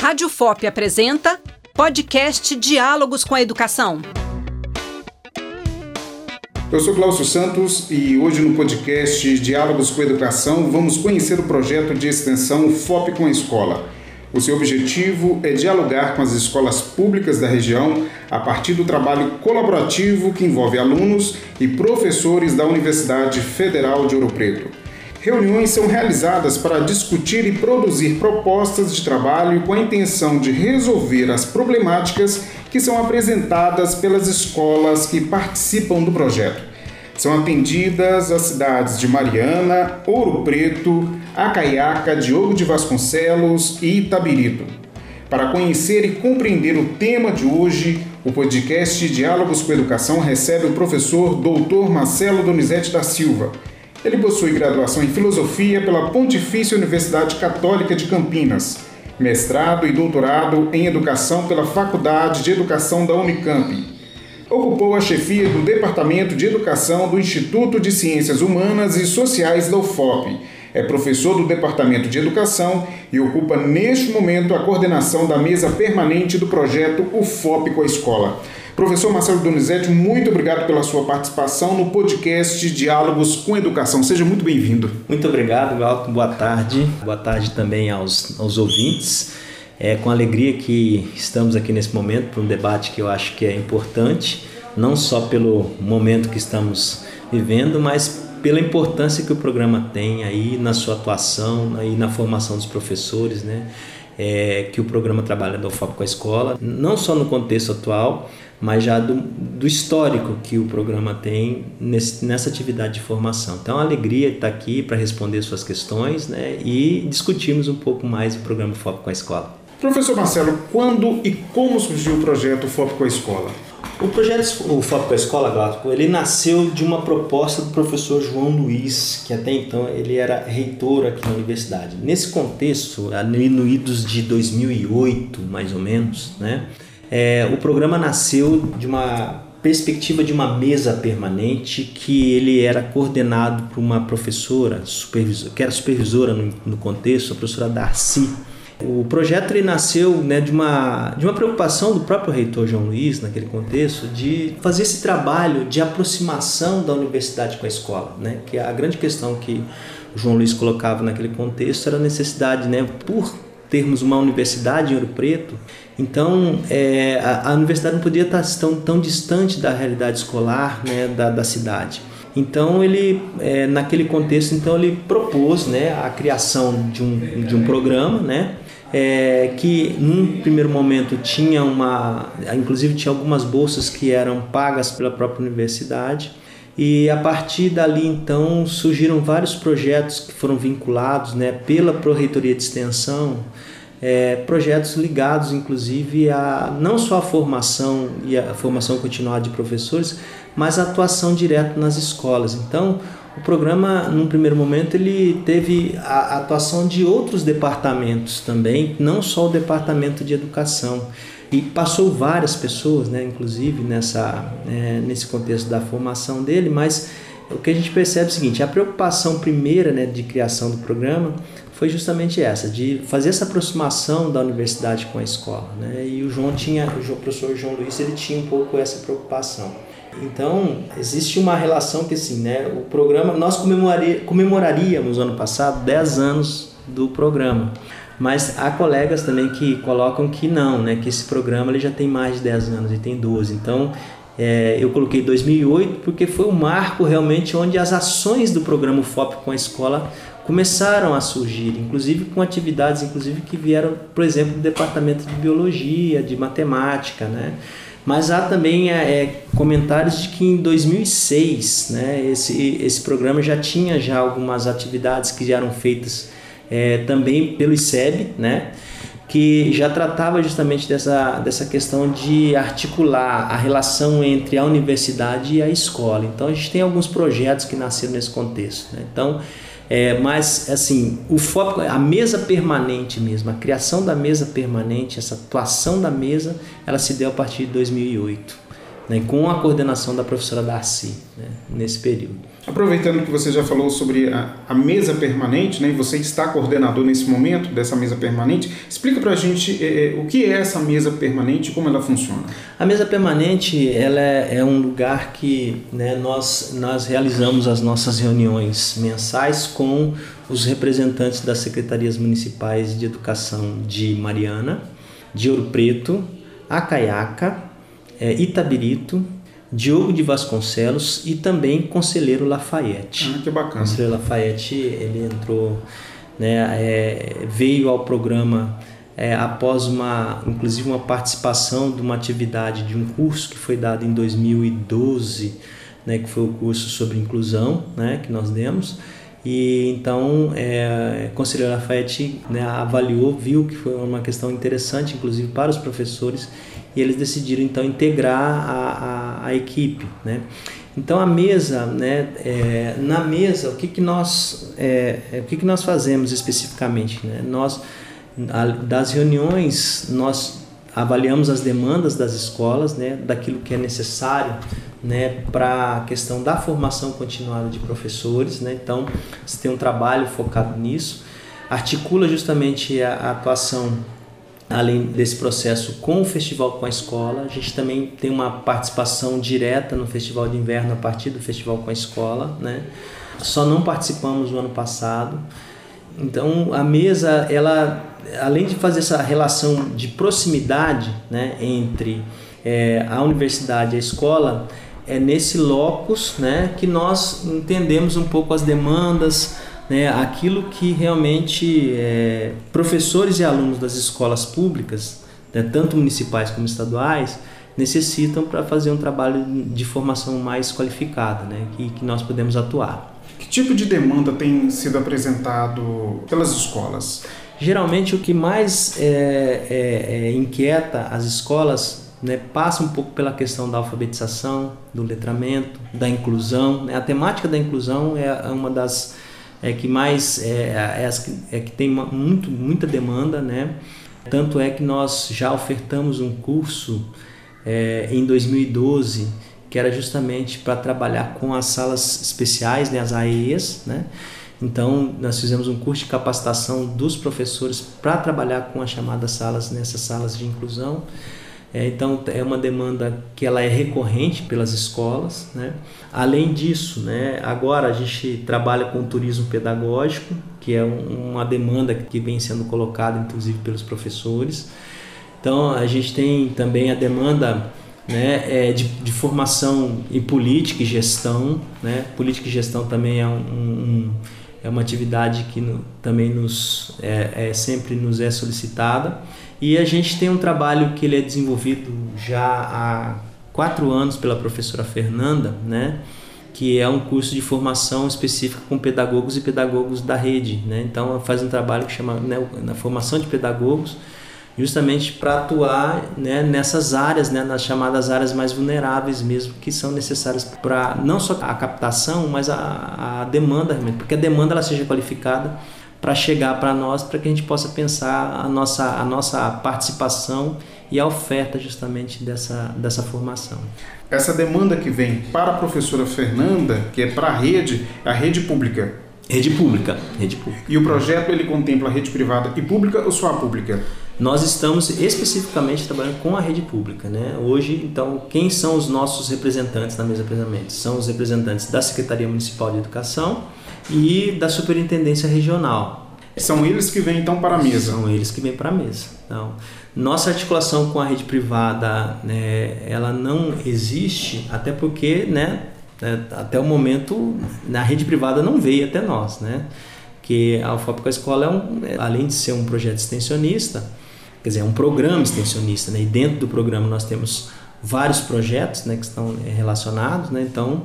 Rádio FOP apresenta podcast Diálogos com a Educação. Eu sou Glaucio Santos e hoje no podcast Diálogos com a Educação vamos conhecer o projeto de extensão FOP com a Escola. O seu objetivo é dialogar com as escolas públicas da região a partir do trabalho colaborativo que envolve alunos e professores da Universidade Federal de Ouro Preto. Reuniões são realizadas para discutir e produzir propostas de trabalho com a intenção de resolver as problemáticas que são apresentadas pelas escolas que participam do projeto. São atendidas as cidades de Mariana, Ouro Preto, Acaiaca, Diogo de Vasconcelos e Itabirito. Para conhecer e compreender o tema de hoje, o podcast Diálogos com a Educação recebe o professor Dr. Marcelo Donizete da Silva. Ele possui graduação em Filosofia pela Pontifícia Universidade Católica de Campinas, mestrado e doutorado em Educação pela Faculdade de Educação da Unicamp. Ocupou a chefia do Departamento de Educação do Instituto de Ciências Humanas e Sociais da UFOP. É professor do Departamento de Educação e ocupa neste momento a coordenação da mesa permanente do projeto UFOP com a Escola. Professor Marcelo Donizete, muito obrigado pela sua participação no podcast Diálogos com a Educação. Seja muito bem-vindo. Muito obrigado, Glauco. Boa tarde. Boa tarde também aos ouvintes. É com alegria que estamos aqui nesse momento para um debate que eu acho que é importante, não só pelo momento que estamos vivendo, mas pela importância que o programa tem aí na sua atuação, aí na formação dos professores, né? Que o programa trabalha do UFOP com a Escola, não só no contexto atual, mas já do histórico que o programa tem nessa atividade de formação. Então, é uma alegria estar aqui para responder suas questões, né, e discutirmos um pouco mais o programa FOP com a Escola. Professor Marcelo, quando e como surgiu o projeto FOP com a Escola? O projeto FOP com a Escola, Glauco, ele nasceu de uma proposta do professor João Luiz, que até então ele era reitor aqui na universidade. Nesse contexto, no idos de 2008, mais ou menos, né, o programa nasceu de uma perspectiva de uma mesa permanente que ele era coordenado por uma professora, que era supervisora no contexto, a professora Darcy. O projeto ele nasceu, né, de uma preocupação do próprio reitor João Luiz, naquele contexto, de fazer esse trabalho de aproximação da universidade com a escola, né, que a grande questão que o João Luiz colocava naquele contexto era a necessidade, né, por termos uma universidade em Ouro Preto, então a universidade não podia estar tão distante da realidade escolar, né, da cidade. Então ele, naquele contexto, então ele propôs, né, a criação de um programa, né, que num primeiro momento inclusive tinha algumas bolsas que eram pagas pela própria universidade. E a partir dali, então, surgiram vários projetos que foram vinculados, né, pela Pró-Reitoria de Extensão, projetos ligados, inclusive, a não só a formação e a formação continuada de professores, mas a atuação direta nas escolas. Então, o programa, num primeiro momento, ele teve a atuação de outros departamentos também, não só o Departamento de Educação. E passou várias pessoas, né, inclusive nesse contexto da formação dele, mas o que a gente percebe é o seguinte: a preocupação primeira, né, de criação do programa foi justamente essa, de fazer essa aproximação da universidade com a escola, né? E o professor João Luiz, ele tinha um pouco essa preocupação. Então, existe uma relação que, assim, né, o programa, nós comemoraríamos ano passado 10 anos do programa. Mas há colegas também que colocam que não, né, que esse programa ele já tem mais de 10 anos, ele tem 12. Então, eu coloquei 2008 porque foi um marco realmente onde as ações do programa FOP com a Escola começaram a surgir, inclusive com atividades que vieram, por exemplo, do Departamento de Biologia, de Matemática, né? Mas há também comentários de que em 2006, né, esse programa já tinha algumas atividades que já eram feitas também pelo ICEB, né, que já tratava justamente dessa questão de articular a relação entre a universidade e a escola. Então a gente tem alguns projetos que nasceram nesse contexto, né? Então, mas assim, o foco, a mesa permanente mesmo, a criação da mesa permanente, essa atuação da mesa, ela se deu a partir de 2008, né, com a coordenação da professora Darcy, né, nesse período. Aproveitando que você já falou sobre a mesa permanente, né, e você está coordenador nesse momento dessa mesa permanente, explica para a gente o que é essa mesa permanente e como ela funciona. A mesa permanente ela é um lugar que, né, nós realizamos as nossas reuniões mensais com os representantes das secretarias municipais de educação de Mariana, de Ouro Preto, Acaiaca, Itabirito, Diogo de Vasconcelos e também Conselheiro Lafayette. Que bacana. O Conselheiro Lafayette, ele entrou, né, veio ao programa após inclusive uma participação de uma atividade de um curso que foi dado em 2012, né, que foi o curso sobre inclusão, né, que nós demos. E então o Conselheiro Lafayette, né, avaliou, viu que foi uma questão interessante, inclusive para os professores, e eles decidiram então integrar a equipe, né? Então a mesa, né, na mesa o que nós fazemos especificamente, né? Nós das reuniões nós avaliamos as demandas das escolas, né, daquilo que é necessário, né, para a questão da formação continuada de professores, né? Então você tem um trabalho focado nisso, articula justamente a atuação, além desse processo, com o Festival com a Escola. A gente também tem uma participação direta no Festival de Inverno a partir do Festival com a Escola, né? Só não participamos no ano passado. Então a mesa, ela, além de fazer essa relação de proximidade, né, entre a universidade e a escola, é nesse locus, né, que nós entendemos um pouco as demandas, né, aquilo que realmente professores e alunos das escolas públicas, né, tanto municipais como estaduais, necessitam para fazer um trabalho de formação mais qualificada, né, que nós podemos atuar. Que tipo de demanda tem sido apresentado pelas escolas? Geralmente o que mais inquieta as escolas, né, passa um pouco pela questão da alfabetização, do letramento, da inclusão, né? A temática da inclusão é uma das que mais que tem muita demanda, né? Tanto é que nós já ofertamos um curso em 2012 que era justamente para trabalhar com as salas especiais, né, as AEAs, né? Então nós fizemos um curso de capacitação dos professores para trabalhar com as chamadas salas, nessas salas de inclusão. Então é uma demanda que ela é recorrente pelas escolas, né? Além disso, né, agora a gente trabalha com o turismo pedagógico, que é uma demanda que vem sendo colocada inclusive pelos professores. Então a gente tem também a demanda, né, de formação em política e gestão, né? Política e gestão também é uma atividade que também sempre nos é solicitada. E a gente tem um trabalho que ele é desenvolvido já há 4 anos pela professora Fernanda, né, que é um curso de formação específica com pedagogos e pedagogos da rede, né? Então ela faz um trabalho que chama, né, na formação de pedagogos, justamente para atuar, né, nessas áreas, né, nas chamadas áreas mais vulneráveis mesmo, que são necessárias para não só a captação, mas a demanda, porque a demanda ela seja qualificada para chegar para nós, para que a gente possa pensar a nossa participação e a oferta justamente dessa formação. Essa demanda que vem para a professora Fernanda, que é para a rede pública. Rede pública. E o projeto ele contempla a rede privada e pública ou só a pública? Nós estamos especificamente trabalhando com a rede pública, né? Hoje, então, quem são os nossos representantes na mesa de pensamento? São os representantes da Secretaria Municipal de Educação e da Superintendência Regional. São eles que vêm então para a mesa? São eles que vêm para a mesa. Então, nossa articulação com a rede privada, né, ela não existe, até porque, né, até o momento a rede privada não veio até nós, né? Que a UFOP com a Escola além de ser um projeto extensionista, quer dizer, é um programa extensionista, né? E dentro do programa nós temos vários projetos, né, que estão relacionados, né? Então,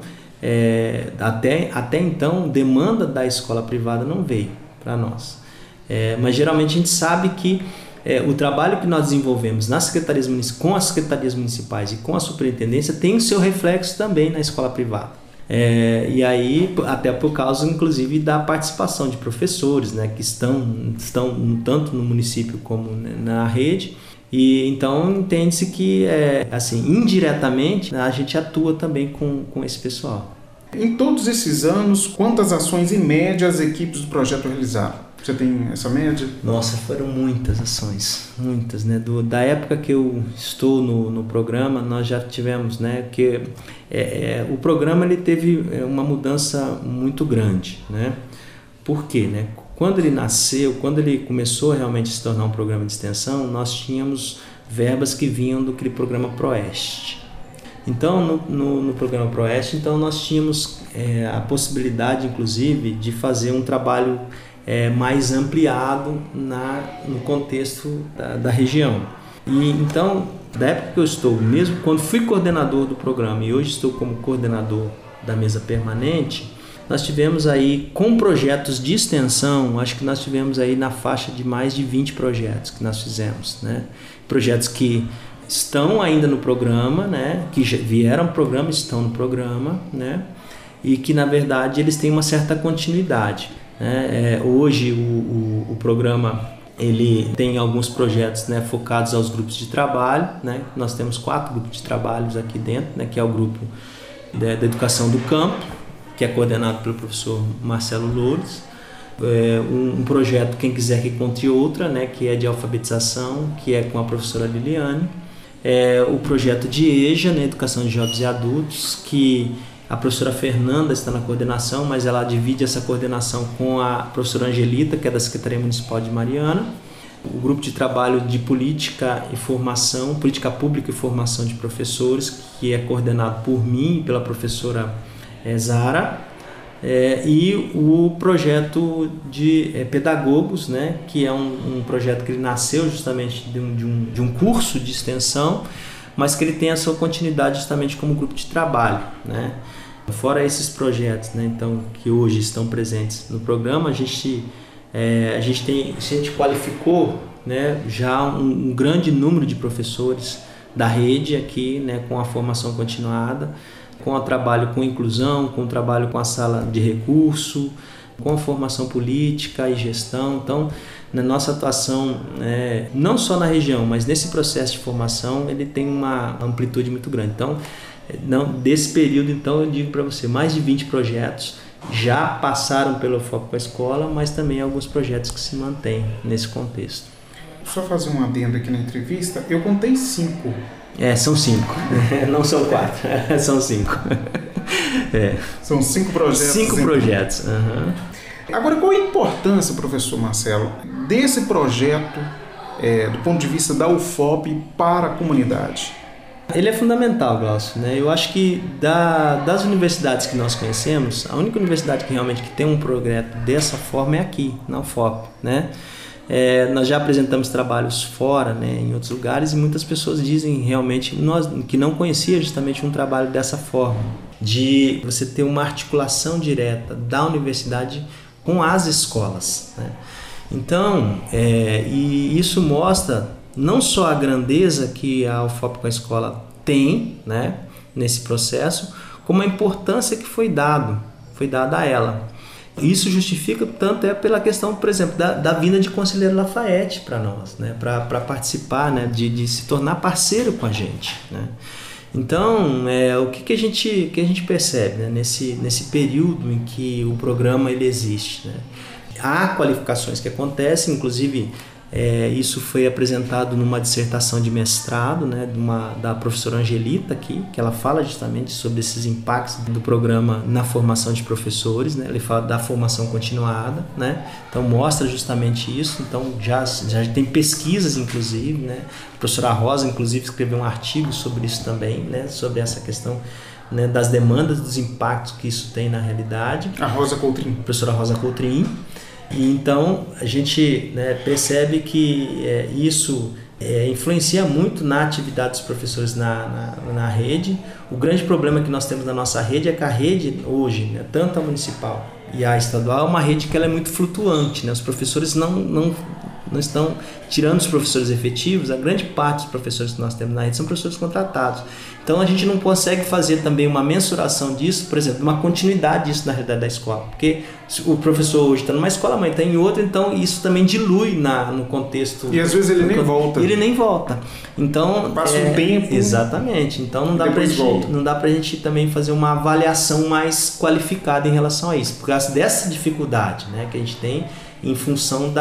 até então, demanda da escola privada não veio para nós. Mas geralmente a gente sabe que o trabalho que nós desenvolvemos com as secretarias municipais e com a superintendência tem o seu reflexo também na escola privada. E aí, até por causa, inclusive, da participação de professores, né, que estão tanto no município como na rede. E então entende-se que, assim, indiretamente, a gente atua também com esse pessoal. Em todos esses anos, quantas ações em média as equipes do projeto realizaram? Você tem essa média? Nossa, foram muitas ações, muitas, né? Da época que eu estou no programa, nós já tivemos, né? Que o programa ele teve uma mudança muito grande, né? Por quê, né? Quando ele nasceu, quando ele começou realmente a se tornar um programa de extensão, nós tínhamos verbas que vinham do aquele programa Proeste. Então, no programa Proeste, então, nós tínhamos a possibilidade, inclusive, de fazer um trabalho mais ampliado no contexto da região. E então, da época que eu estou, mesmo quando fui coordenador do programa e hoje estou como coordenador da mesa permanente, nós tivemos aí, com projetos de extensão, acho que nós tivemos aí na faixa de mais de 20 projetos que nós fizemos, né? Projetos que estão ainda no programa, né? Que já vieram para o programa, estão no programa, né? E que, na verdade, eles têm uma certa continuidade. Hoje o programa ele tem alguns projetos, né, focados aos grupos de trabalho, né? Nós temos 4 grupos de trabalhos aqui dentro, né, que é o grupo da educação do campo, que é coordenado pelo professor Marcelo Loures, um projeto Quem Quiser Que Conte Outra, né, que é de alfabetização, que é com a professora Liliane, o projeto de EJA, né, Educação de Jovens e Adultos, que a professora Fernanda está na coordenação, mas ela divide essa coordenação com a professora Angelita, que é da Secretaria Municipal de Mariana. O grupo de trabalho de política e formação, política pública e formação de professores, que é coordenado por mim e pela professora Zara. E o projeto de pedagogos, né, que é um projeto que ele nasceu justamente de um curso de extensão, mas que ele tem a sua continuidade justamente como grupo de trabalho, né? Fora esses projetos, né, então, que hoje estão presentes no programa, a gente qualificou, né, já um grande número de professores da rede aqui, né, com a formação continuada, com o trabalho com inclusão, com o trabalho com a sala de recurso, com a formação política e gestão. Então, na nossa atuação, não só na região, mas nesse processo de formação, ele tem uma amplitude muito grande. Então, desse período, então, eu digo para você, mais de 20 projetos já passaram pelo Foco com a Escola, mas também alguns projetos que se mantêm nesse contexto. Só fazer um adendo aqui na entrevista, eu contei 5. São 5, não são 4, são 5. São 5 projetos. 5 projetos. Uhum. Agora, qual a importância, professor Marcelo, desse projeto do ponto de vista da UFOP para a comunidade? Ele é fundamental, Glaucio, né? Eu acho que das universidades que nós conhecemos, a única universidade que realmente tem um projeto dessa forma é aqui, na UFOP, né? Nós já apresentamos trabalhos fora, né, em outros lugares, e muitas pessoas dizem realmente que não conhecia justamente um trabalho dessa forma, de você ter uma articulação direta da universidade com as escolas, né? Então, e isso mostra não só a grandeza que a UFOP com a Escola tem, né, nesse processo, como a importância que foi dada a ela. Isso justifica tanto pela questão, por exemplo, da vinda de Conselheiro Lafayette para nós, né, para participar, né, de se tornar parceiro com a gente, né. Então, o que a gente percebe, né, nesse período em que o programa ele existe, né? Há qualificações que acontecem, inclusive isso foi apresentado numa dissertação de mestrado, né, da professora Angelita aqui, que ela fala justamente sobre esses impactos do programa na formação de professores, né? Ele fala da formação continuada, né? Então mostra justamente isso. Então já tem pesquisas, inclusive, né? A professora Rosa, inclusive, escreveu um artigo sobre isso também, né? Sobre essa questão, né, das demandas, dos impactos que isso tem na realidade. A Rosa Coutrin. Professora Rosa Coutrin. E então a gente, né, percebe que isso influencia muito na atividade dos professores na rede. O grande problema que nós temos na nossa rede é que a rede hoje, né, tanto a municipal e a estadual, é uma rede que ela é muito flutuante, né? Os professores não não estão tirando os professores efetivos. A grande parte dos professores que nós temos na rede são professores contratados. Então a gente não consegue fazer também uma mensuração disso, por exemplo, uma continuidade disso na realidade da escola, porque o professor hoje está numa escola, amanhã está em outra, então isso também dilui no contexto. E às vezes ele nem volta. Ele nem volta. Então passa um tempo. Exatamente. Então não dá pra gente também fazer uma avaliação mais qualificada em relação a isso, por causa dessa dificuldade, né, que a gente tem em função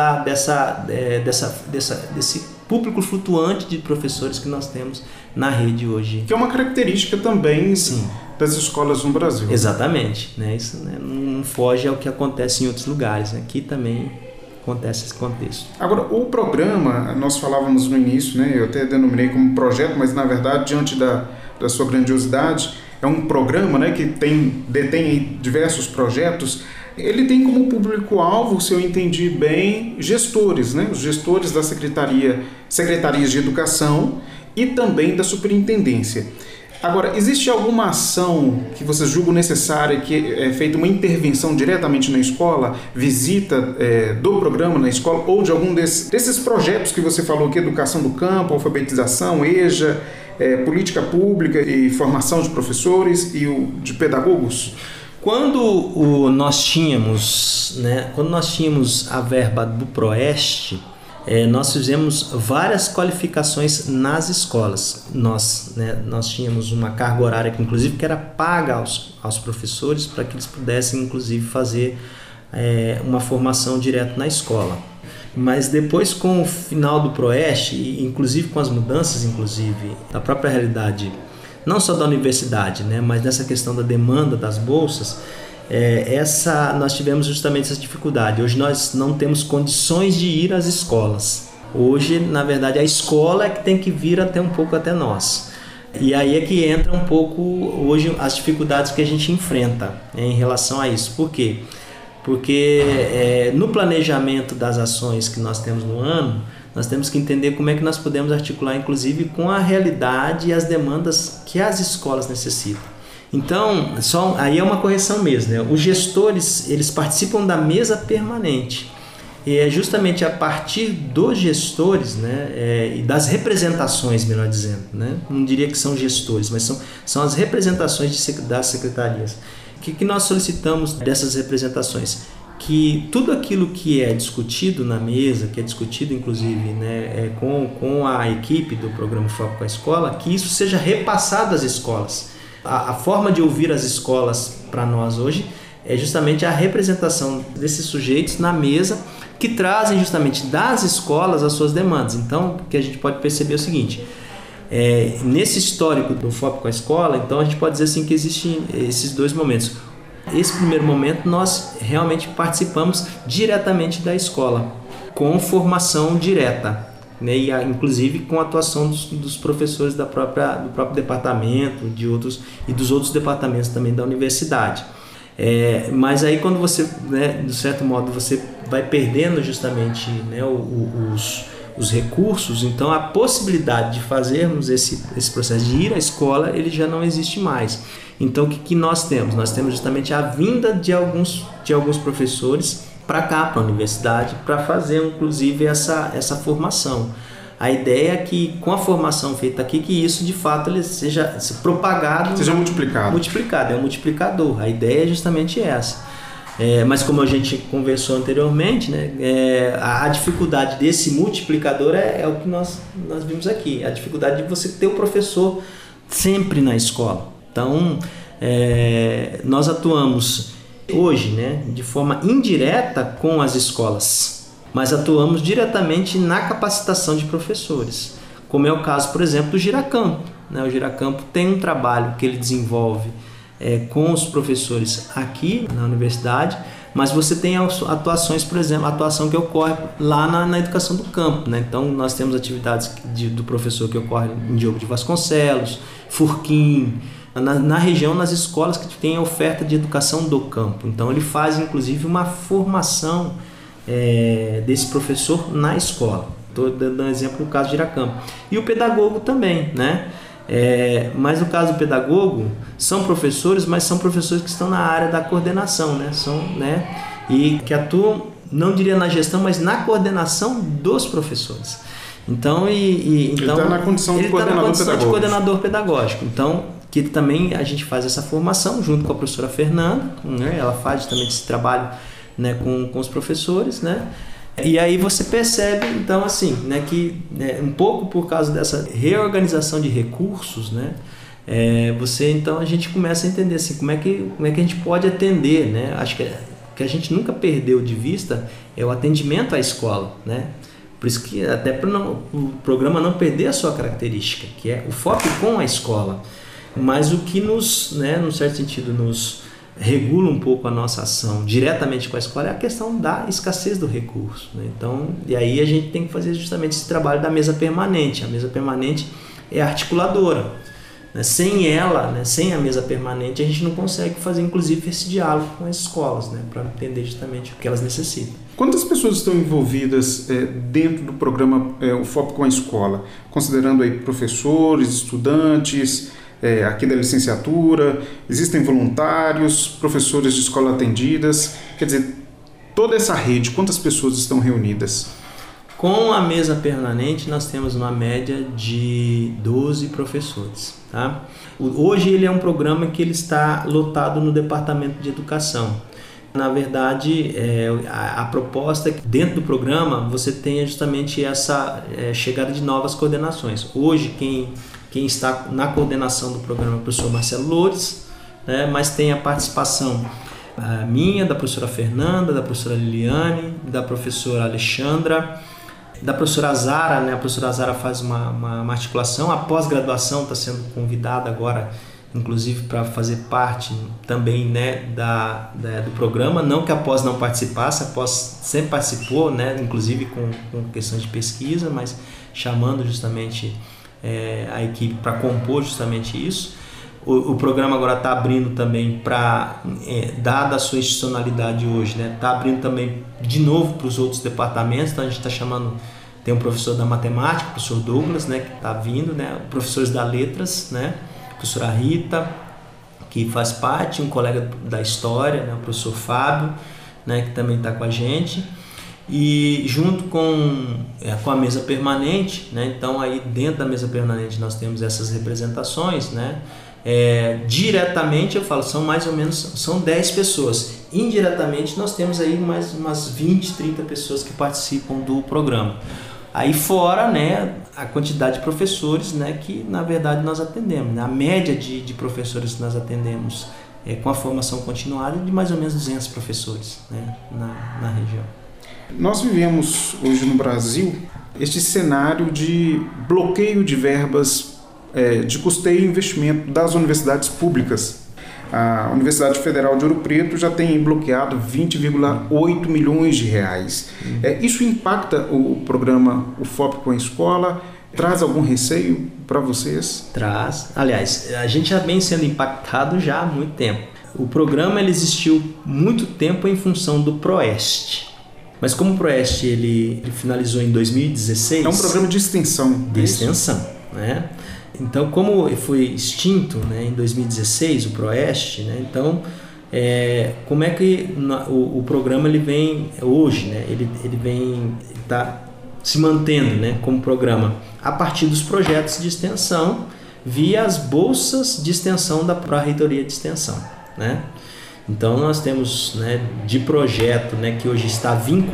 desse público flutuante de professores que nós temos na rede hoje. Que é uma característica também, sim, das escolas no Brasil. Exatamente. Né? Isso, né, não foge ao que acontece em outros lugares. Né? Aqui também acontece esse contexto. Agora, o programa, nós falávamos no início, né, eu até denominei como projeto, mas na verdade, diante da sua grandiosidade, é um programa, né, que detém diversos projetos. Ele tem como público-alvo, se eu entendi bem, gestores, né? Os gestores da secretarias de educação e também da superintendência. Agora, existe alguma ação que vocês julgam necessária, que é feita uma intervenção diretamente na escola, visita do programa na escola, ou de algum desses projetos que você falou aqui, educação do campo, alfabetização, EJA, política pública e formação de professores e de pedagogos? Quando nós tínhamos a verba do Proeste, nós fizemos várias qualificações nas escolas. Nós tínhamos uma carga horária que inclusive que era paga aos professores para que eles pudessem inclusive fazer uma formação direto na escola. Mas depois, com o final do Proeste, e inclusive com as mudanças da própria realidade, não só da universidade, né, mas nessa questão da demanda das bolsas, nós tivemos justamente essa dificuldade. Hoje nós não temos condições de ir às escolas. Hoje, na verdade, a escola é que tem que vir um pouco até nós. E aí é que entra um pouco hoje as dificuldades que a gente enfrenta em relação a isso. Por quê? Porque no planejamento das ações que nós temos no ano, nós temos que entender como é que nós podemos articular, inclusive, com a realidade e as demandas que as escolas necessitam. Então, aí é uma correção mesmo, né? Os gestores, eles participam da mesa permanente. E é justamente a partir dos gestores, né, e das representações, melhor dizendo, né? Não diria que são gestores, mas são as representações das secretarias. O que nós solicitamos dessas representações? Que tudo aquilo que é discutido na mesa, que é discutido inclusive, né, com a equipe do programa Foco com a Escola, que isso seja repassado às escolas. A forma de ouvir as escolas para nós hoje é justamente a representação desses sujeitos na mesa, que trazem justamente das escolas as suas demandas. Então, o que a gente pode perceber é o seguinte: nesse histórico do Foco com a Escola, então a gente pode dizer assim que existem esses dois momentos. Esse primeiro momento nós realmente participamos diretamente da escola, com formação direta, né? E inclusive com a atuação dos professores do próprio departamento e dos outros departamentos também da universidade. Mas aí quando você, né, de certo modo, você vai perdendo justamente, né, os recursos, então a possibilidade de fazermos esse processo de ir à escola, ele já não existe mais. Então o que nós temos? Nós temos justamente a vinda de alguns professores para cá, para a universidade, para fazer inclusive essa formação. A ideia é que com a formação feita aqui, que isso de fato ele seja propagado, seja multiplicado. É um multiplicador. A ideia é justamente essa. Mas como a gente conversou anteriormente, né, a dificuldade desse multiplicador é o que nós vimos aqui. A dificuldade de você ter o professor sempre na escola. Então, nós atuamos hoje, né, de forma indireta com as escolas, mas atuamos diretamente na capacitação de professores, como é o caso, por exemplo, do Giracampo, né? O Giracampo tem um trabalho que ele desenvolve com os professores aqui na universidade, mas você tem atuações, por exemplo, a atuação que ocorre lá na educação do campo, né? Então nós temos atividades do professor que ocorre em Diogo de Vasconcelos, Furquim, na região, nas escolas que tem a oferta de educação do campo. Então ele faz inclusive uma formação desse professor na escola. Estou dando um exemplo no caso de Giracampo. E o pedagogo também, né? Mas no caso do pedagogo, são professores, mas são professores que estão na área da coordenação, né? E que atuam não diria na gestão, mas na coordenação dos professores. Então, ele está na condição de coordenador pedagógico. Então, que também a gente faz essa formação junto com a professora Fernanda, né? Ela faz também esse trabalho, né, com os professores, né? E aí você percebe, então, assim, né, que um pouco por causa dessa reorganização de recursos, né, então a gente começa a entender assim, como é que a gente pode atender, né? Acho que a gente nunca perdeu de vista é o atendimento à escola, né? Por isso que até para o programa não perder a sua característica, que é o foco com a escola. Mas o que nos, né, num certo sentido, nos regula um pouco a nossa ação diretamente com a escola é a questão da escassez do recurso, né? Então, e aí a gente tem que fazer justamente esse trabalho da mesa permanente. A mesa permanente é articuladora, né? Sem ela, né, sem a mesa permanente, a gente não consegue fazer inclusive esse diálogo com as escolas, né, para entender justamente o que elas necessitam. Quantas pessoas estão envolvidas dentro do programa O Foco com a Escola, considerando aí professores, estudantes, aqui da licenciatura, existem voluntários, professores de escola atendidas, quer dizer, toda essa rede, quantas pessoas estão reunidas? Com a mesa permanente nós temos uma média de 12 professores, tá? Hoje ele é um programa que ele está lotado no Departamento de Educação. Na verdade, a proposta é que dentro do programa você tenha justamente essa chegada de novas coordenações. Hoje quem está na coordenação do programa é o professor Marcelo Loures, né, mas tem a participação minha, da professora Fernanda, da professora Liliane, da professora Alexandra, da professora Zara, né? A professora Zara faz uma articulação, a pós-graduação está sendo convidada agora, inclusive para fazer parte também, né, do programa, não que a pós não participasse, a pós sempre participou, né, inclusive com questões de pesquisa, mas chamando justamente a equipe para compor justamente isso. O programa agora está abrindo também para, dada a sua institucionalidade hoje, né, está abrindo também de novo para os outros departamentos. Então a gente está chamando, tem um professor da matemática, o professor Douglas, né, que está vindo, né, professores da letras, né, a professora Rita, que faz parte, um colega da história, né, o professor Fábio, né, que também está com a gente. E junto com a mesa permanente, né, então aí dentro da mesa permanente nós temos essas representações, né, diretamente eu falo, são mais ou menos, são 10 pessoas. Indiretamente nós temos aí mais umas 20, 30 pessoas que participam do programa. Aí fora, né, a quantidade de professores, né, que na verdade nós atendemos, né? A média de professores que nós atendemos com a formação continuada é de mais ou menos 200 professores, né, na região. Nós vivemos hoje no Brasil este cenário de bloqueio de verbas de custeio e investimento das universidades públicas. A Universidade Federal de Ouro Preto já tem bloqueado 20,8 milhões de reais. Isso impacta o programa O Foco com a Escola? Traz algum receio para vocês? Traz. Aliás, a gente já vem sendo impactado já há muito tempo. O programa ele existiu muito tempo em função do PROEST. Mas como o PROEST ele finalizou em 2016... É um programa de extensão. De extensão, né? Então, como foi extinto, né, em 2016, o PROEST, né, então, como é que o programa ele vem hoje, né, ele vem tá se mantendo, né, como programa a partir dos projetos de extensão via as bolsas de extensão da Pró-Reitoria de Extensão, né? Então, nós temos, né, de projeto, né, que hoje está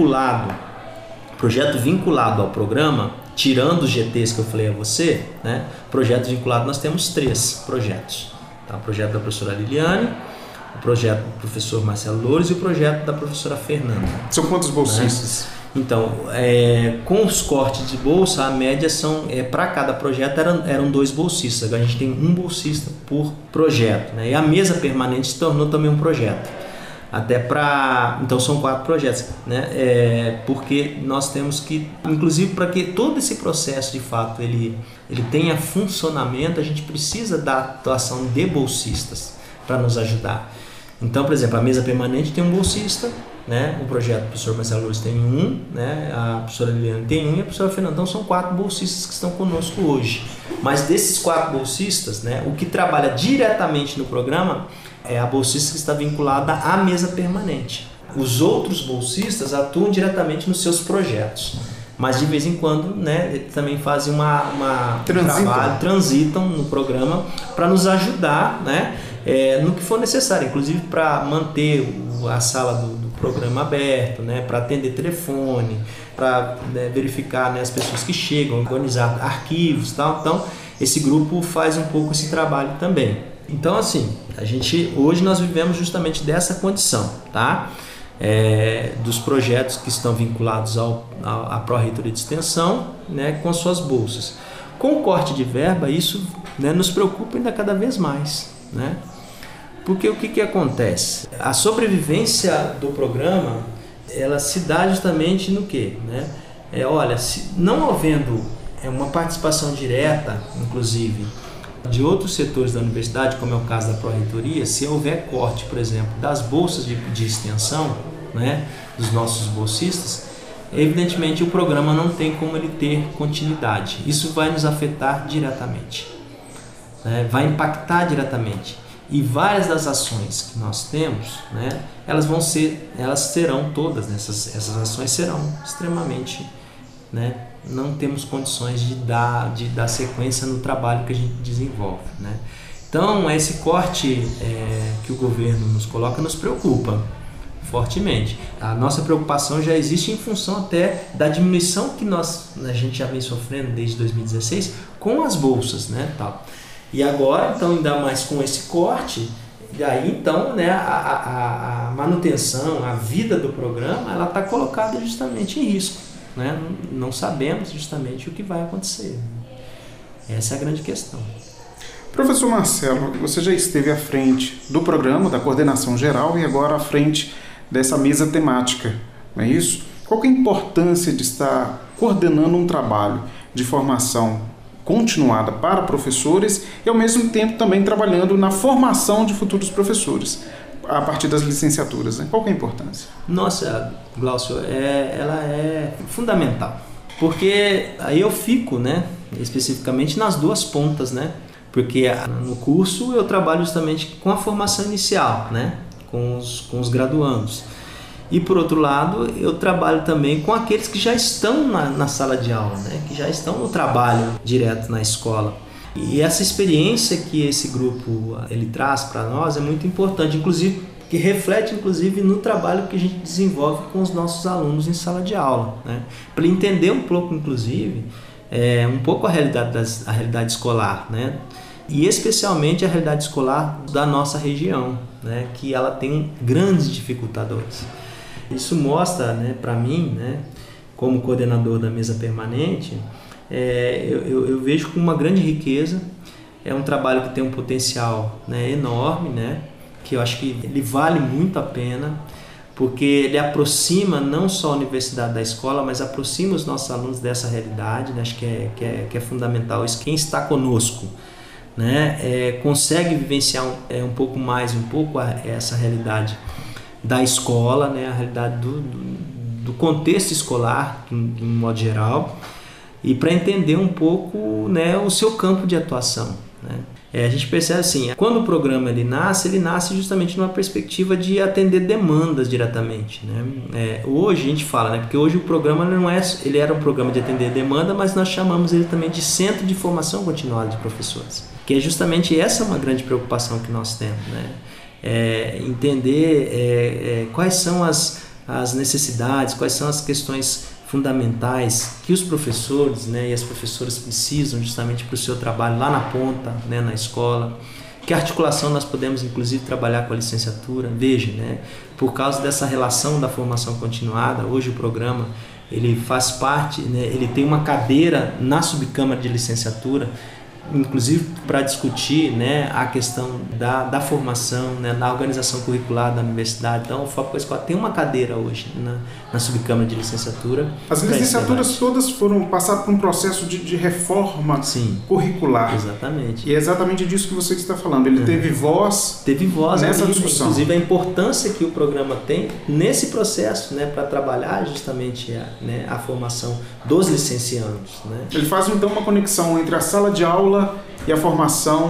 projeto vinculado ao programa, tirando os GTs que eu falei a você, né, projeto vinculado, nós temos 3 projetos. Tá? O projeto da professora Liliane, o projeto do professor Marcelo Loures e o projeto da professora Fernanda. São quantos bolsistas? Né? Então, com os cortes de bolsa, a média são, para cada projeto eram 2 bolsistas. Agora a gente tem 1 bolsista por projeto. Né? E a mesa permanente se tornou também um projeto. Então são 4 projetos, né? Porque nós temos que, inclusive para que todo esse processo de fato ele tenha funcionamento, a gente precisa da atuação de bolsistas para nos ajudar. Então, por exemplo, a mesa permanente tem um bolsista, né? O projeto do professor Marcelo Loures tem 1, né? A professora Liliane tem 1 e a professora Fernanda. Então são 4 bolsistas que estão conosco hoje. Mas desses 4 bolsistas, né, o que trabalha diretamente no programa é a bolsista que está vinculada à mesa permanente. os outros bolsistas atuam diretamente nos seus projetos. Mas de vez em quando, né, eles também fazem um trabalho, transitam no programa para nos ajudar, né, no que for necessário, inclusive para manter a sala do programa aberto, né, para atender telefone, para, né, verificar, né, as pessoas que chegam, organizar arquivos e tal. Então, esse grupo faz um pouco esse trabalho também. Então, assim, hoje nós vivemos justamente dessa condição, tá? Dos projetos que estão vinculados à Pró-Reitoria de Extensão, né, com as suas bolsas. Com o corte de verba, isso, né, nos preocupa ainda cada vez mais, né? Porque o que acontece? A sobrevivência do programa, ela se dá justamente no quê? Né? Olha, se não havendo uma participação direta, inclusive, de outros setores da universidade, como é o caso da Pró-Reitoria, se houver corte, por exemplo, das bolsas de extensão, né, dos nossos bolsistas, evidentemente o programa não tem como ele ter continuidade. Isso vai nos afetar diretamente, né, vai impactar diretamente. E várias das ações que nós temos, né, elas serão todas, né, essas ações serão extremamente, né, não temos condições de dar sequência no trabalho que a gente desenvolve, né? Então, esse corte que o governo nos coloca nos preocupa fortemente. A nossa preocupação já existe em função até da diminuição que a gente já vem sofrendo desde 2016 com as bolsas, né, tal. E agora, então, ainda mais com esse corte, e aí então, né, a manutenção, a vida do programa, ela está colocada justamente em risco. Né? Não sabemos justamente o que vai acontecer. Essa é a grande questão. Professor Marcelo, você já esteve à frente do programa, da coordenação geral e agora à frente dessa mesa temática, não é isso? Qual que é a importância de estar coordenando um trabalho de formação continuada para professores e ao mesmo tempo também trabalhando na formação de futuros professores a partir das licenciaturas, né? Qual que é a importância? Nossa, Glaucio, ela é fundamental, porque aí eu fico, né, especificamente nas duas pontas, né, porque no curso eu trabalho justamente com a formação inicial, né, com os graduandos, e por outro lado eu trabalho também com aqueles que já estão na sala de aula, né, que já estão no trabalho direto na escola. E essa experiência que esse grupo ele traz para nós é muito importante, inclusive que reflete inclusive no trabalho que a gente desenvolve com os nossos alunos em sala de aula, né? Para entender um pouco, inclusive, um pouco a realidade escolar, né? E especialmente a realidade escolar da nossa região, né? Que ela tem grandes dificultadores. Isso mostra, né, para mim, né, como coordenador da mesa permanente, eu vejo com uma grande riqueza. É um trabalho que tem um potencial, né, enorme, né, que eu acho que ele vale muito a pena, porque ele aproxima não só a universidade da escola, mas aproxima os nossos alunos dessa realidade, né? Acho que é fundamental isso. Quem está conosco, né, consegue vivenciar um pouco essa realidade da escola, né, a realidade do contexto escolar, de um modo geral, e para entender um pouco, né, o seu campo de atuação, né? A gente percebe assim, quando o programa ele nasce justamente numa perspectiva de atender demandas diretamente, né? Hoje a gente fala, né, porque hoje o programa ele era um programa de atender demanda, mas nós chamamos ele também de Centro de Formação Continuada de Professores, que é justamente essa uma grande preocupação que nós temos, né? Entender quais são as necessidades, quais são as questões fundamentais que os professores, né, e as professoras precisam justamente para o seu trabalho lá na ponta, né, na escola. Que articulação nós podemos inclusive trabalhar com a licenciatura. Veja, né, por causa dessa relação da formação continuada, hoje o programa ele faz parte, né, ele tem uma cadeira na subcâmara de licenciatura, inclusive para discutir, né, a questão da formação, né, da organização curricular da universidade. Então o Foco com a Escola tem uma cadeira hoje na subcâmara de licenciatura. As licenciaturas todas passaram por um processo de reforma, sim, curricular. Exatamente. E é exatamente disso que você está falando. Ele teve voz nessa discussão. Inclusive a importância que o programa tem nesse processo, né, para trabalhar justamente a formação dos licenciandos, né? Ele faz então uma conexão entre a sala de aula e a formação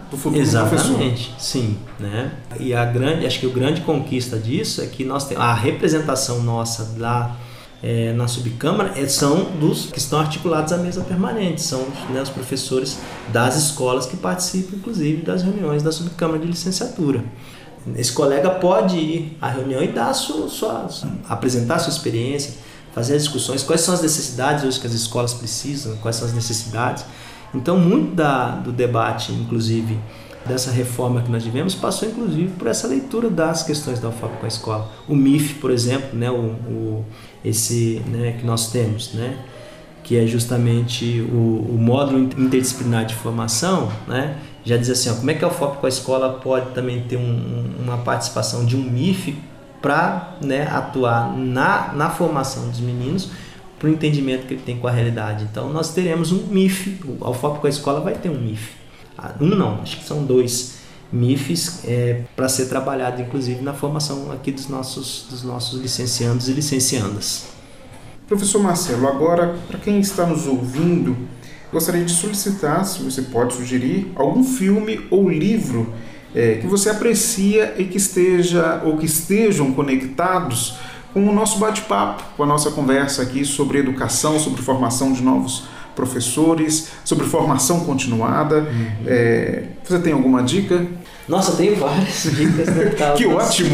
do futuro professor. Exatamente, sim, né? E acho que a grande conquista disso é que nós temos a representação nossa lá na subcâmara são dos que estão articulados à mesa permanente, são, né, os professores das escolas que participam, inclusive, das reuniões da subcâmara de licenciatura. Esse colega pode ir à reunião e dar apresentar a sua experiência, fazer as discussões, quais são as necessidades hoje que as escolas precisam, quais são as necessidades. Então, muito do debate, inclusive, dessa reforma que nós tivemos, passou, inclusive, por essa leitura das questões da UFOP com a escola. O MIF, por exemplo, né, esse, né, que nós temos, né, que é justamente o módulo interdisciplinar de formação, né, já diz assim, como é que a UFOP com a escola pode também ter uma participação de um MIF para, né, atuar na formação dos meninos, para o entendimento que ele tem com a realidade. Então, nós teremos um MIF, a UFOP com a escola vai ter um MIF. Acho que são 2 MIFs para ser trabalhado, inclusive, na formação aqui dos nossos licenciandos e licenciandas. Professor Marcelo, agora, para quem está nos ouvindo, gostaria de solicitar, se você pode sugerir, algum filme ou livro que você aprecia e que estejam conectados com o nosso bate-papo, com a nossa conversa aqui sobre educação, sobre formação de novos professores, sobre formação continuada. Você tem alguma dica? Nossa, eu tenho várias dicas. Né? Que ótimo!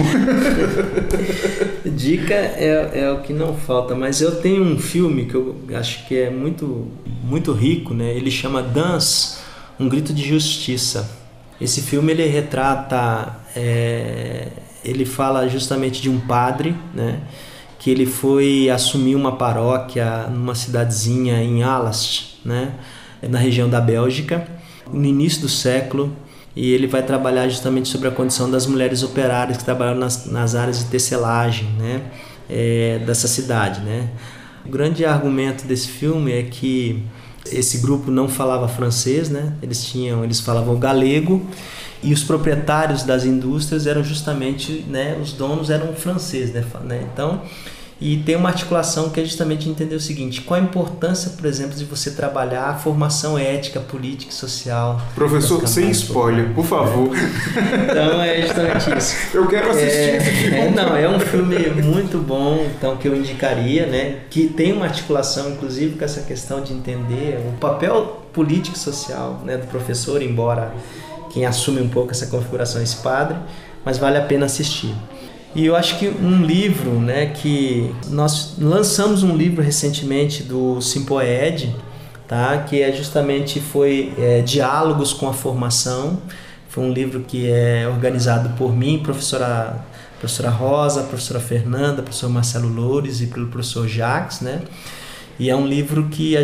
Dica é o que não falta, mas eu tenho um filme que eu acho que é muito, muito rico, né? Ele chama Dance, Um Grito de Justiça. Esse filme ele retrata, ele fala justamente de um padre, né? Que ele foi assumir uma paróquia numa cidadezinha em Aalst, né, na região da Bélgica, no início do século, e ele vai trabalhar justamente sobre a condição das mulheres operárias que trabalham nas áreas de tecelagem, né, dessa cidade, né. O grande argumento desse filme é que esse grupo não falava francês, né, eles falavam galego, e os proprietários das indústrias eram justamente, né, os donos eram franceses, né? Então, e tem uma articulação que é justamente entender o seguinte: qual a importância, por exemplo, de você trabalhar a formação ética, política e social. Professor, sem spoiler, por favor. Então é justamente isso. Eu quero assistir esse filme. É um filme muito bom, então, que eu indicaria, né? Que tem uma articulação, inclusive, com essa questão de entender o papel político e social, né, do professor, embora quem assume um pouco essa configuração é esse padre, mas vale a pena assistir. E eu acho que um livro, né, que nós lançamos um livro recentemente do Simpoed, tá, que foi Diálogos com a Formação. Foi um livro que é organizado por mim, professora Rosa, professora Fernanda, professor Marcelo Loures e pelo professor Jacques, né? E é um livro que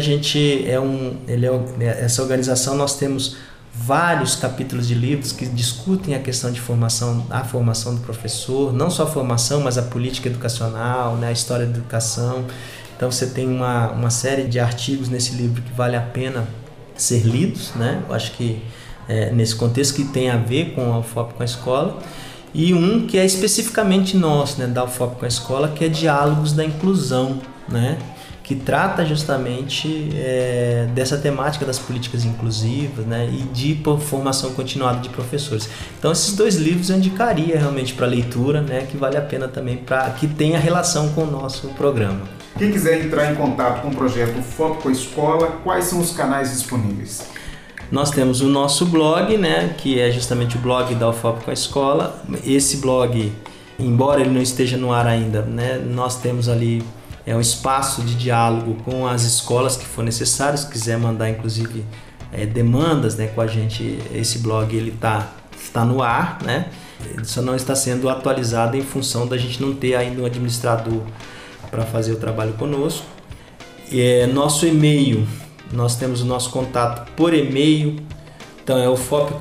essa organização nós temos vários capítulos de livros que discutem a questão de formação, a formação do professor, não só a formação, mas a política educacional, né, a história da educação. Então você tem uma série de artigos nesse livro que vale a pena ser lidos, né? Eu acho que nesse contexto que tem a ver com a UFOP com a escola, e um que é especificamente nosso, né, da UFOP com a escola, que é Diálogos da Inclusão, né? Que trata justamente dessa temática das políticas inclusivas, né, e de formação continuada de professores. Então esses 2 livros eu indicaria realmente para leitura, né, que vale a pena também, para que tenha relação com o nosso programa. Quem quiser entrar em contato com o projeto UFOP com a escola, quais são os canais disponíveis? Nós temos o nosso blog, né, que é justamente o blog da UFOP com a escola. Esse blog, embora ele não esteja no ar ainda, né, nós temos ali um espaço de diálogo com as escolas que for necessário. Se quiser mandar, inclusive, demandas, né, com a gente, esse blog ele está no ar, né? Ele só não está sendo atualizado em função da gente não ter ainda um administrador para fazer o trabalho conosco. Nosso e-mail, nós temos o nosso contato por e-mail, então é o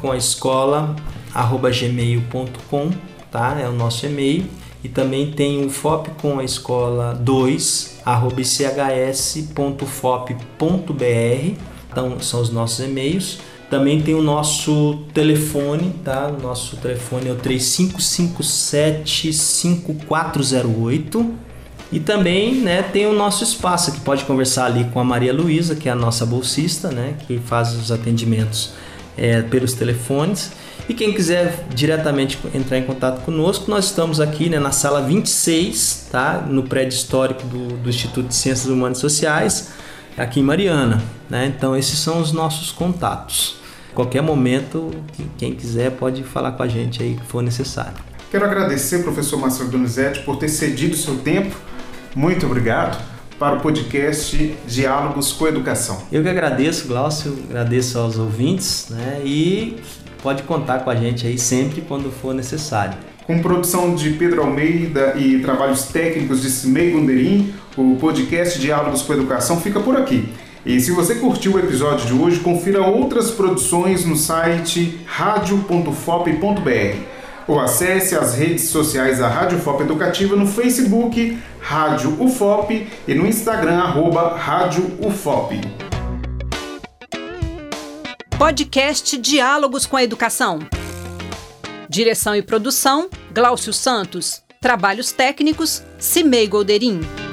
fopcomaescola@gmail.com, tá? É o nosso e-mail. E também tem o FOP com a escola 2@chs.fop.br, então são os nossos e-mails. Também tem o nosso telefone, tá? O nosso telefone é o 3557-5408. E também, né, tem o nosso espaço, que pode conversar ali com a Maria Luísa, que é a nossa bolsista, né, que faz os atendimentos pelos telefones. E quem quiser diretamente entrar em contato conosco, nós estamos aqui, né, na sala 26, tá? No prédio histórico do Instituto de Ciências Humanas e Sociais, aqui em Mariana, né? Então esses são os nossos contatos. Qualquer momento, quem quiser pode falar com a gente aí que for necessário. Quero agradecer, professor Marcelo Donizete, por ter cedido o seu tempo. Muito obrigado para o podcast Diálogos com Educação. Eu que agradeço, Glaucio, agradeço aos ouvintes, né? E pode contar com a gente aí sempre quando for necessário. Com produção de Pedro Almeida e trabalhos técnicos de Cimei Gonderim, o podcast Diálogos com Educação fica por aqui. E se você curtiu o episódio de hoje, confira outras produções no site radio.fop.br ou acesse as redes sociais da Rádio FOP Educativa no Facebook, Rádio UFOP, e no Instagram, @Rádio UFOP. Podcast Diálogos com a Educação. Direção e produção, Glaucio Santos. Trabalhos técnicos, Cimei Gonderim.